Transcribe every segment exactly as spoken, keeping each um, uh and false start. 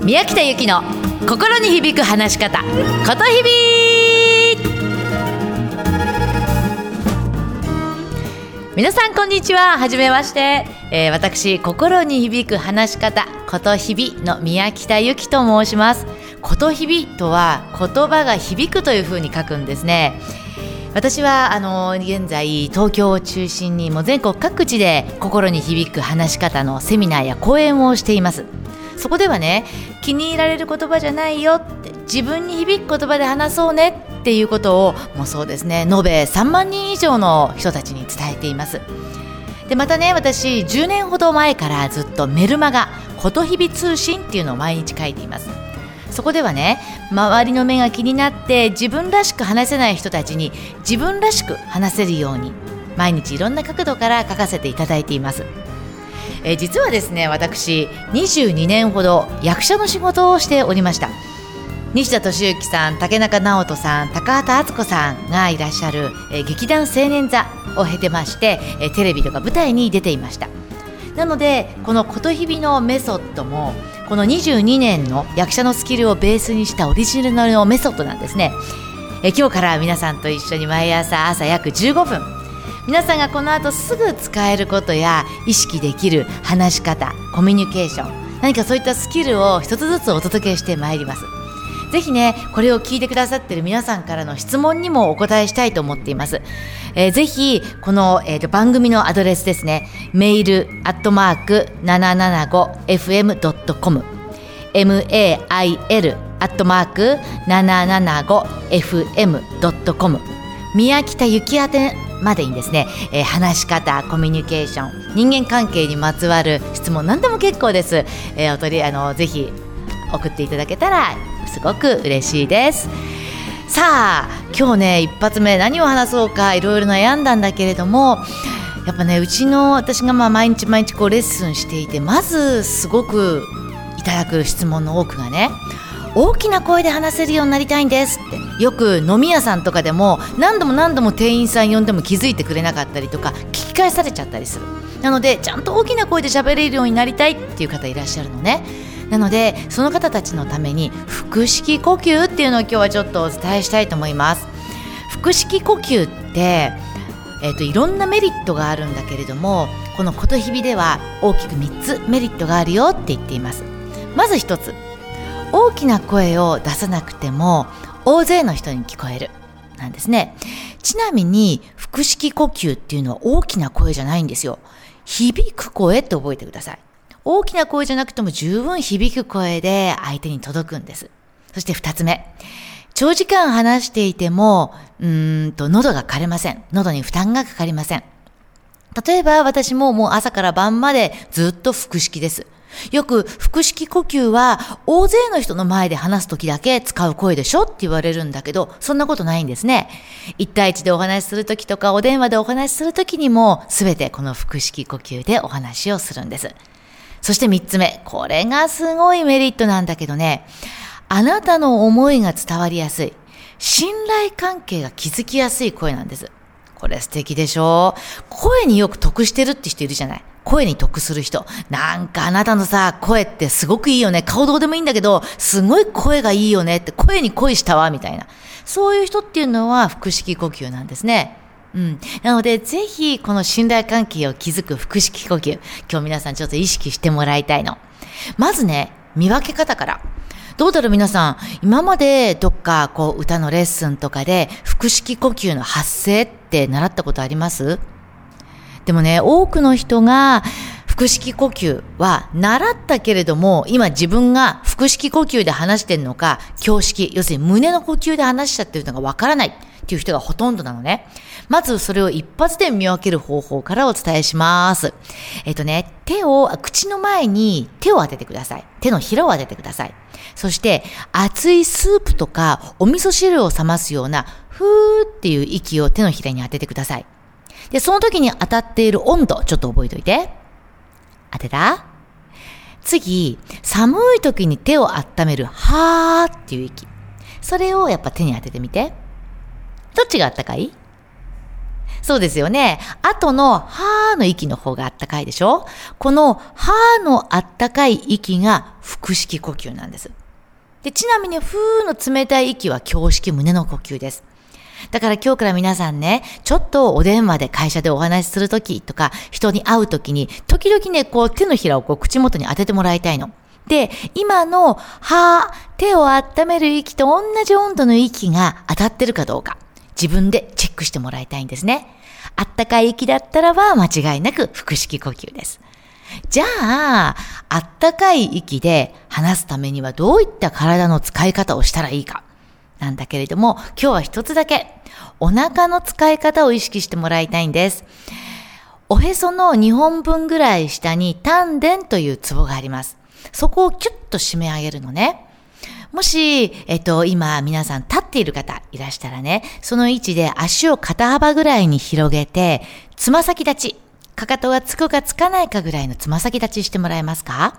宮北由紀の心に響く話し方、ことひび。皆さんこんにちは。はじめまして、えー、私心に響く話し方、ことひびの宮北由紀と申します。ことひびとは言葉が響くというふうに書くんですね。私はあの現在東京を中心にもう全国各地で心に響く話し方のセミナーや講演をしています。そこではね、気に入られる言葉じゃないよって、自分に響く言葉で話そうねっていうことを、もうそうですね、延べさんまんにん以上の人たちに伝えています。でまたね、私じゅうねんほど前からずっとメルマガことひび通信っていうのを毎日書いています。そこではね、周りの目が気になって自分らしく話せない人たちに自分らしく話せるように、毎日いろんな角度から書かせていただいています。えー、実はですね、私にじゅうにねんほど役者の仕事をしておりました。西田敏行さん、竹中直人さん、高畑敦子さんがいらっしゃる、えー、劇団青年座を経てまして、えー、テレビとか舞台に出ていました。なのでこのことひびのメソッドもこのにじゅうにねんの役者のスキルをベースにしたオリジナルのメソッドなんですね。え今日から皆さんと一緒に毎朝朝約じゅうごふん、皆さんがこの後すぐ使えることや意識できる話し方、コミュニケーション、何かそういったスキルを一つずつお届けしてまいります。ぜひね、これを聞いてくださっている皆さんからの質問にもお答えしたいと思っています。えー、ぜひこの、えーと、番組のアドレスですね、メールアットマーク ななななごエフエムドットコム メール アットマーク ななななごエフエムドットコム 宮北由紀宛てまでにですね、えー、話し方、コミュニケーション、人間関係にまつわる質問何でも結構です。えー、おとりあのぜひ送っていただけたらすごく嬉しいです。さあ今日ね、一発目何を話そうかいろいろ悩んだんだけれども、やっぱね、うちの私がまあ毎日毎日こうレッスンしていて、まずすごくいただく質問の多くがね、大きな声で話せるようになりたいんですって。よく飲み屋さんとかでも何度も何度も店員さん呼んでも気づいてくれなかったりとか、聞き返されちゃったりする。なのでちゃんと大きな声で喋れるようになりたいっていう方いらっしゃるのね。なのでその方たちのために腹式呼吸っていうのを今日はちょっとお伝えしたいと思います。腹式呼吸って、えーと、いろんなメリットがあるんだけれども、このことひびでは大きくみっつメリットがあるよって言っています。まずひとつ、大きな声を出さなくても大勢の人に聞こえるなんですね。ちなみに腹式呼吸っていうのは大きな声じゃないんですよ。響く声って覚えてください。大きな声じゃなくても十分響く声で相手に届くんです。そして二つ目、長時間話していてもうーんと喉が枯れません。喉に負担がかかりません。例えば私ももう朝から晩までずっと腹式です。よく腹式呼吸は大勢の人の前で話すときだけ使う声でしょって言われるんだけど、そんなことないんですね。一対一でお話しするときとかお電話でお話しするときにもすべてこの腹式呼吸でお話をするんです。そして三つ目、これがすごいメリットなんだけどね、あなたの思いが伝わりやすい、信頼関係が築きやすい声なんです。これ素敵でしょ？声によく得してるって人いるじゃない。声に得する人。なんかあなたのさ、声ってすごくいいよね。顔どうでもいいんだけど、すごい声がいいよねって、声に恋したわみたいな。そういう人っていうのは腹式呼吸なんですね。うん、なのでぜひこの信頼関係を築く腹式呼吸、今日皆さんちょっと意識してもらいたいの。まずね、見分け方から。どうだろう皆さん、今までどっかこう歌のレッスンとかで腹式呼吸の発声って習ったことあります？でもね、多くの人が腹式呼吸は習ったけれども、今自分が腹式呼吸で話してるのか、胸式、要するに胸の呼吸で話しちゃってるのがわからないっていう人がほとんどなのね。まずそれを一発で見分ける方法からお伝えします。えっとね、手を、口の前に手を当ててください。手のひらを当ててください。そして熱いスープとかお味噌汁を冷ますようなふーっていう息を手のひらに当ててください。で、その時に当たっている温度、ちょっと覚えておいて。当てた？次、寒い時に手を温めるはーっていう息。それをやっぱ手に当ててみて。どっちがあったかい？ そうですよね。後のはーの息の方があったかいでしょ。このはーのあったかい息が腹式呼吸なんです。で、ちなみにふーの冷たい息は胸式胸の呼吸です。だから今日から皆さんね、ちょっとお電話で会社でお話しするときとか、人に会うときに、時々ね、こう手のひらをこう口元に当ててもらいたいの。で、今のはー、手を温める息と同じ温度の息が当たってるかどうか、自分でチェックしてもらいたいんですね。あったかい息だったらば間違いなく腹式呼吸です。じゃあ、あったかい息で話すためにはどういった体の使い方をしたらいいか。なんだけれども、今日は一つだけお腹の使い方を意識してもらいたいんです。おへそのにほんぶんぐらい下に丹田というツボがあります。そこをキュッと締め上げるのね。もし、えっと、今皆さん立っている方いらしたらね、その位置で足を肩幅ぐらいに広げて、つま先立ち、かかとがつくかつかないかぐらいのつま先立ちしてもらえますか？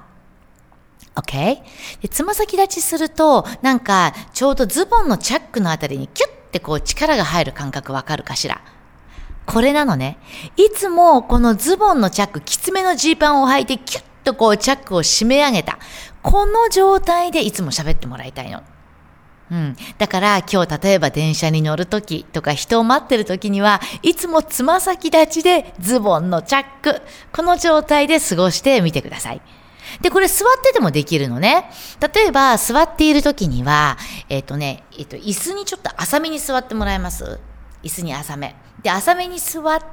OK？ で、つま先立ちすると、なんか、ちょうどズボンのチャックのあたりにキュッてこう力が入る感覚わかるかしら？これなのね。いつもこのズボンのチャック、きつめのジーパンを履いてキュッとこうチャックを締め上げた。この状態でいつも喋ってもらいたいの。うん。だから今日例えば電車に乗るときとか人を待ってるときには、いつもつま先立ちでズボンのチャック、この状態で過ごしてみてください。で、これ座っててもできるのね。例えば座っているときには、えっとね、えっと、椅子にちょっと浅めに座ってもらえます？椅子に浅め。で、浅めに座って、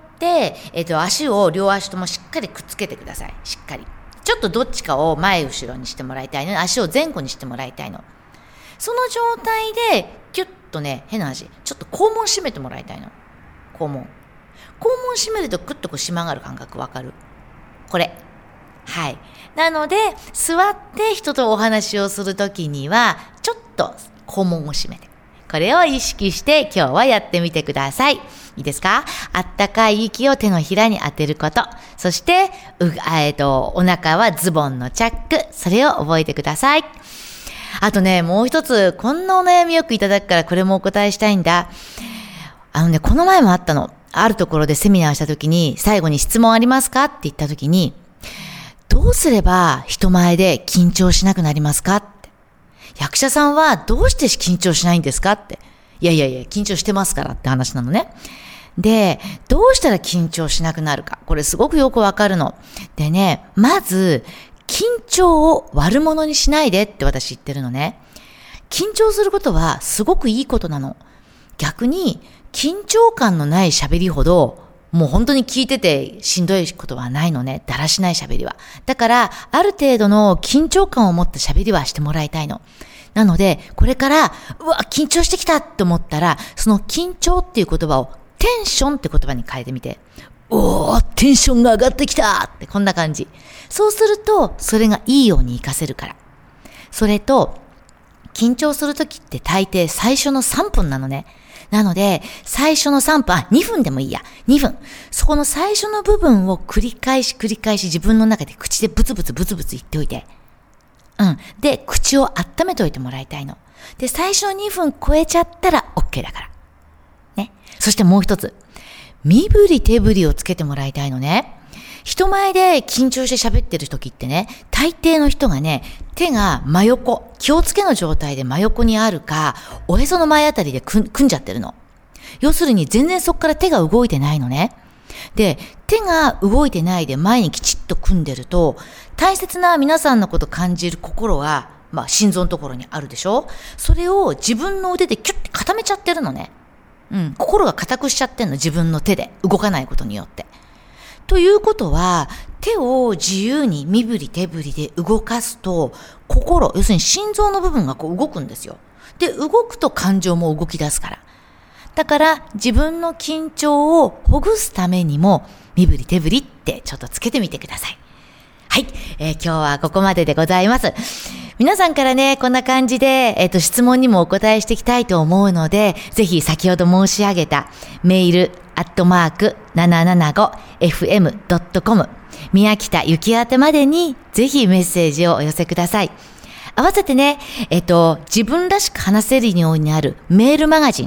えっと、足を両足ともしっかりくっつけてください。しっかり。ちょっとどっちかを前後ろにしてもらいたいの。足を前後にしてもらいたいの。その状態で、キュッとね、変な話、ちょっと肛門締めてもらいたいの。肛門。肛門締めるとクッとこう締まがる感覚わかる？これ。はい。なので、座って人とお話をするときには、ちょっと肛門を締めて。これを意識して今日はやってみてください。いいですか？あったかい息を手のひらに当てること。そして、う、えっと、お腹はズボンのチャック。それを覚えてください。あとね、もう一つ、こんなお悩みよくいただくからこれもお答えしたいんだ。あのね、この前もあったの。あるところでセミナーしたときに、最後に質問ありますかって言ったときに、どうすれば人前で緊張しなくなりますかって。役者さんはどうして緊張しないんですかって。いやいやいや、緊張してますからって話なのね。で、どうしたら緊張しなくなるか。これすごくよくわかるの。でね、まず、緊張を悪者にしないでって私言ってるのね。緊張することはすごくいいことなの。逆に、緊張感のない喋りほど、もう本当に聞いててしんどいことはないのね。だらしない喋りは。だから、ある程度の緊張感を持った喋りはしてもらいたいの。なので、これから、うわ、緊張してきたって思ったら、その緊張っていう言葉をテンションって言葉に変えてみて。おー、テンションが上がってきたってこんな感じ。そうすると、それがいいように活かせるから。それと、緊張するときって大抵最初のさんぷんなのね。なので、最初のさんぷん、あ、にふんでもいいや。にふん。そこの最初の部分を繰り返し繰り返し自分の中で口でブツブツブツブツ言っておいて。うん。で、口を温めておいてもらいたいの。で、最初のにふん超えちゃったら OK だから。ね。そしてもう一つ。身振り手振りをつけてもらいたいのね。人前で緊張して喋ってる時ってね、大抵の人がね、手が真横、気をつけの状態で真横にあるか、おへその前あたりで組んじゃってるの。要するに全然そこから手が動いてないのね。で、手が動いてないで前にきちっと組んでると、大切な皆さんのこと感じる心が、まあ心臓のところにあるでしょ？それを自分の腕でキュッて固めちゃってるのね。うん、心が固くしちゃってんの、自分の手で動かないことによって。ということは、手を自由に身振り手振りで動かすと、心、要するに心臓の部分がこう動くんですよ。で、動くと感情も動き出すから。だから、自分の緊張をほぐすためにも、身振り手振りってちょっとつけてみてください。はい、えー、今日はここまででございます。皆さんからね、こんな感じで、えっと、質問にもお答えしていきたいと思うので、ぜひ先ほど申し上げたメール、アットマーク ななななごエフエムドットコム 宮北ゆきあてまでにぜひメッセージをお寄せください。合わせてね、えっと、自分らしく話せるようになるメールマガジン、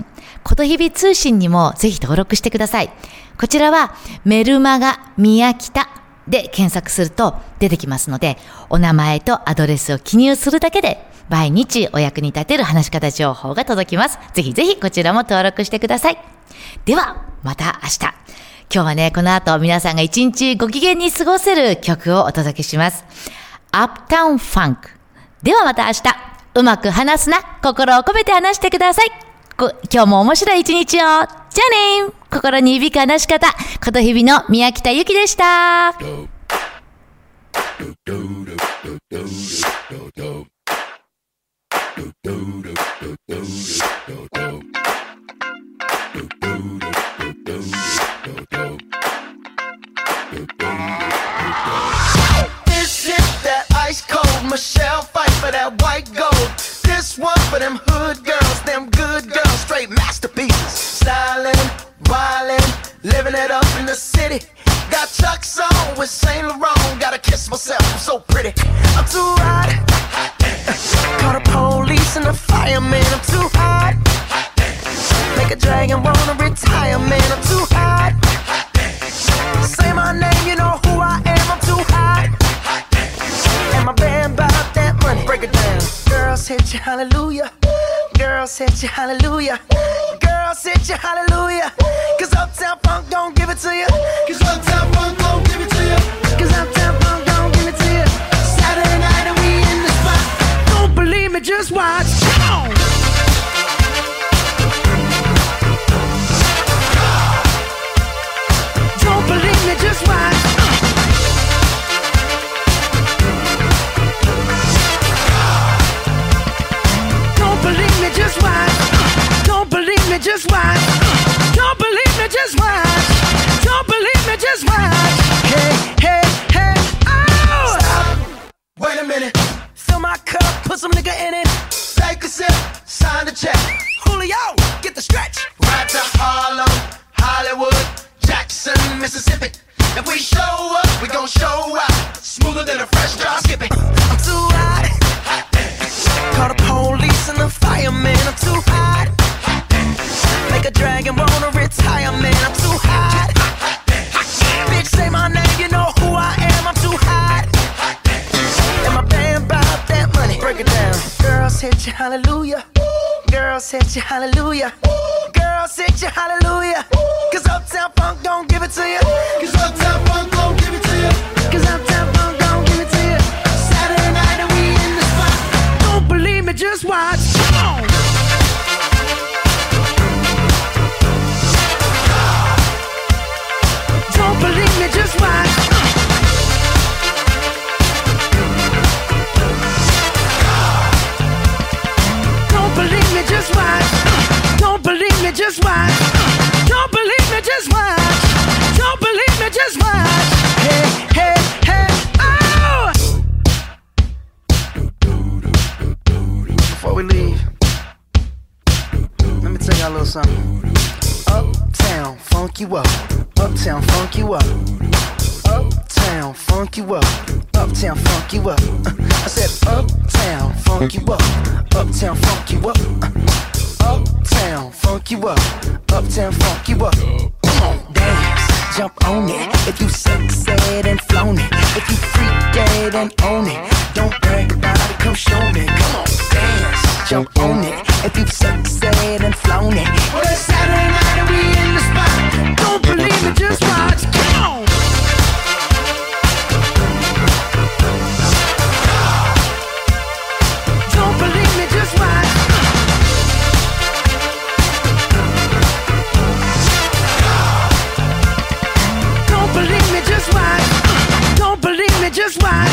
ことひび通信にもぜひ登録してください。こちらはメルマガ宮北で検索すると出てきますので、お名前とアドレスを記入するだけで毎日お役に立てる話し方情報が届きます。ぜひぜひこちらも登録してください。ではまた明日。今日はね、この後皆さんが一日ご機嫌に過ごせる曲をお届けします。アップタウンファンク。ではまた明日。うまく話すな。心を込めて話してください。今日も面白い一日を。じゃあねー。心に響く話し方。ことひびの宮北ゆきでした。 Michelle fight for that white gold. This one for them hood girls, them good girls, straight masterpieces. Stylin', wildin', living it up in the city. Got Chuck's on with Saint Laurent. Gotta kiss myself, I'm so pretty. I'm too hot. Call the police and the fireman. I'm too hot. Make a dragon wanna retire, man. I'm too hot. Say my name, you know who I am. I'm too hot. And my band bought that money. Break it down. Girls hit you hallelujah. Girls hit you hallelujah. Girls hit you hallelujah. Cause Uptown Funk don't give it to you. Cause Uptown Funk don't give it to you. Cause Uptown Funk don't give it to you. Saturday night and we in the spot. Don't believe me, just watch. Come on. Don't believe me, just watch. Just watch. Don't believe me, just watch. Don't believe me, just watch. Don't believe me, just watch. Hey, hey, hey, oh! Stop. Wait a minute. Fill my cup, put some nigga in it. Take a sip, sign the check. Julio, get the stretch. Right to Harlem, Hollywood, Jackson, Mississippi. If we show up, we gon' show out. Smoother than a fresh drop skipping. I'm too hot. Call the police and the fireman. I'm too hot. Make a dragon wanna retire, man. I'm too hot. Bitch, say my name, you know who I am. I'm too hot. And my band bought that money. Break it down. Girls hit you hallelujah. Girls hit you hallelujah. Girls hit you hallelujah. Cause Uptown Funk don't give it to you. Cause Uptown Funk don't give it to you. Cause Uptown Funk don't give it to you. Saturday night and we in the spot. Don't believe me, just watch. Come on. Don't believe me, just watch. Don't believe me, just watch. Don't believe me, just watch. Don't believe me, just watch. Don't believe me, just watch. Hey, hey, hey, oh! Before we leave, let me tell y'all a little something. Uptown, funk you up. Uptown, funk you up. Uptown, funk you up. Uptown, funk you up. Uh, I said uptown, funk you up. Uptown, funk you up. Uh, uptown, funk you up. Uptown, funk you up. Come on, dance, jump on it. If you sexed and flown it. If you freak dead and own it. Don't brag about it, come show me. Come on, dance, jump on it. If you sexed and flown it. Well, it's Saturday night and we in the spot. Don't believe me, just watch. Come on. Don't believe me, just watch. Don't believe me, just watch. Don't believe me, just watch.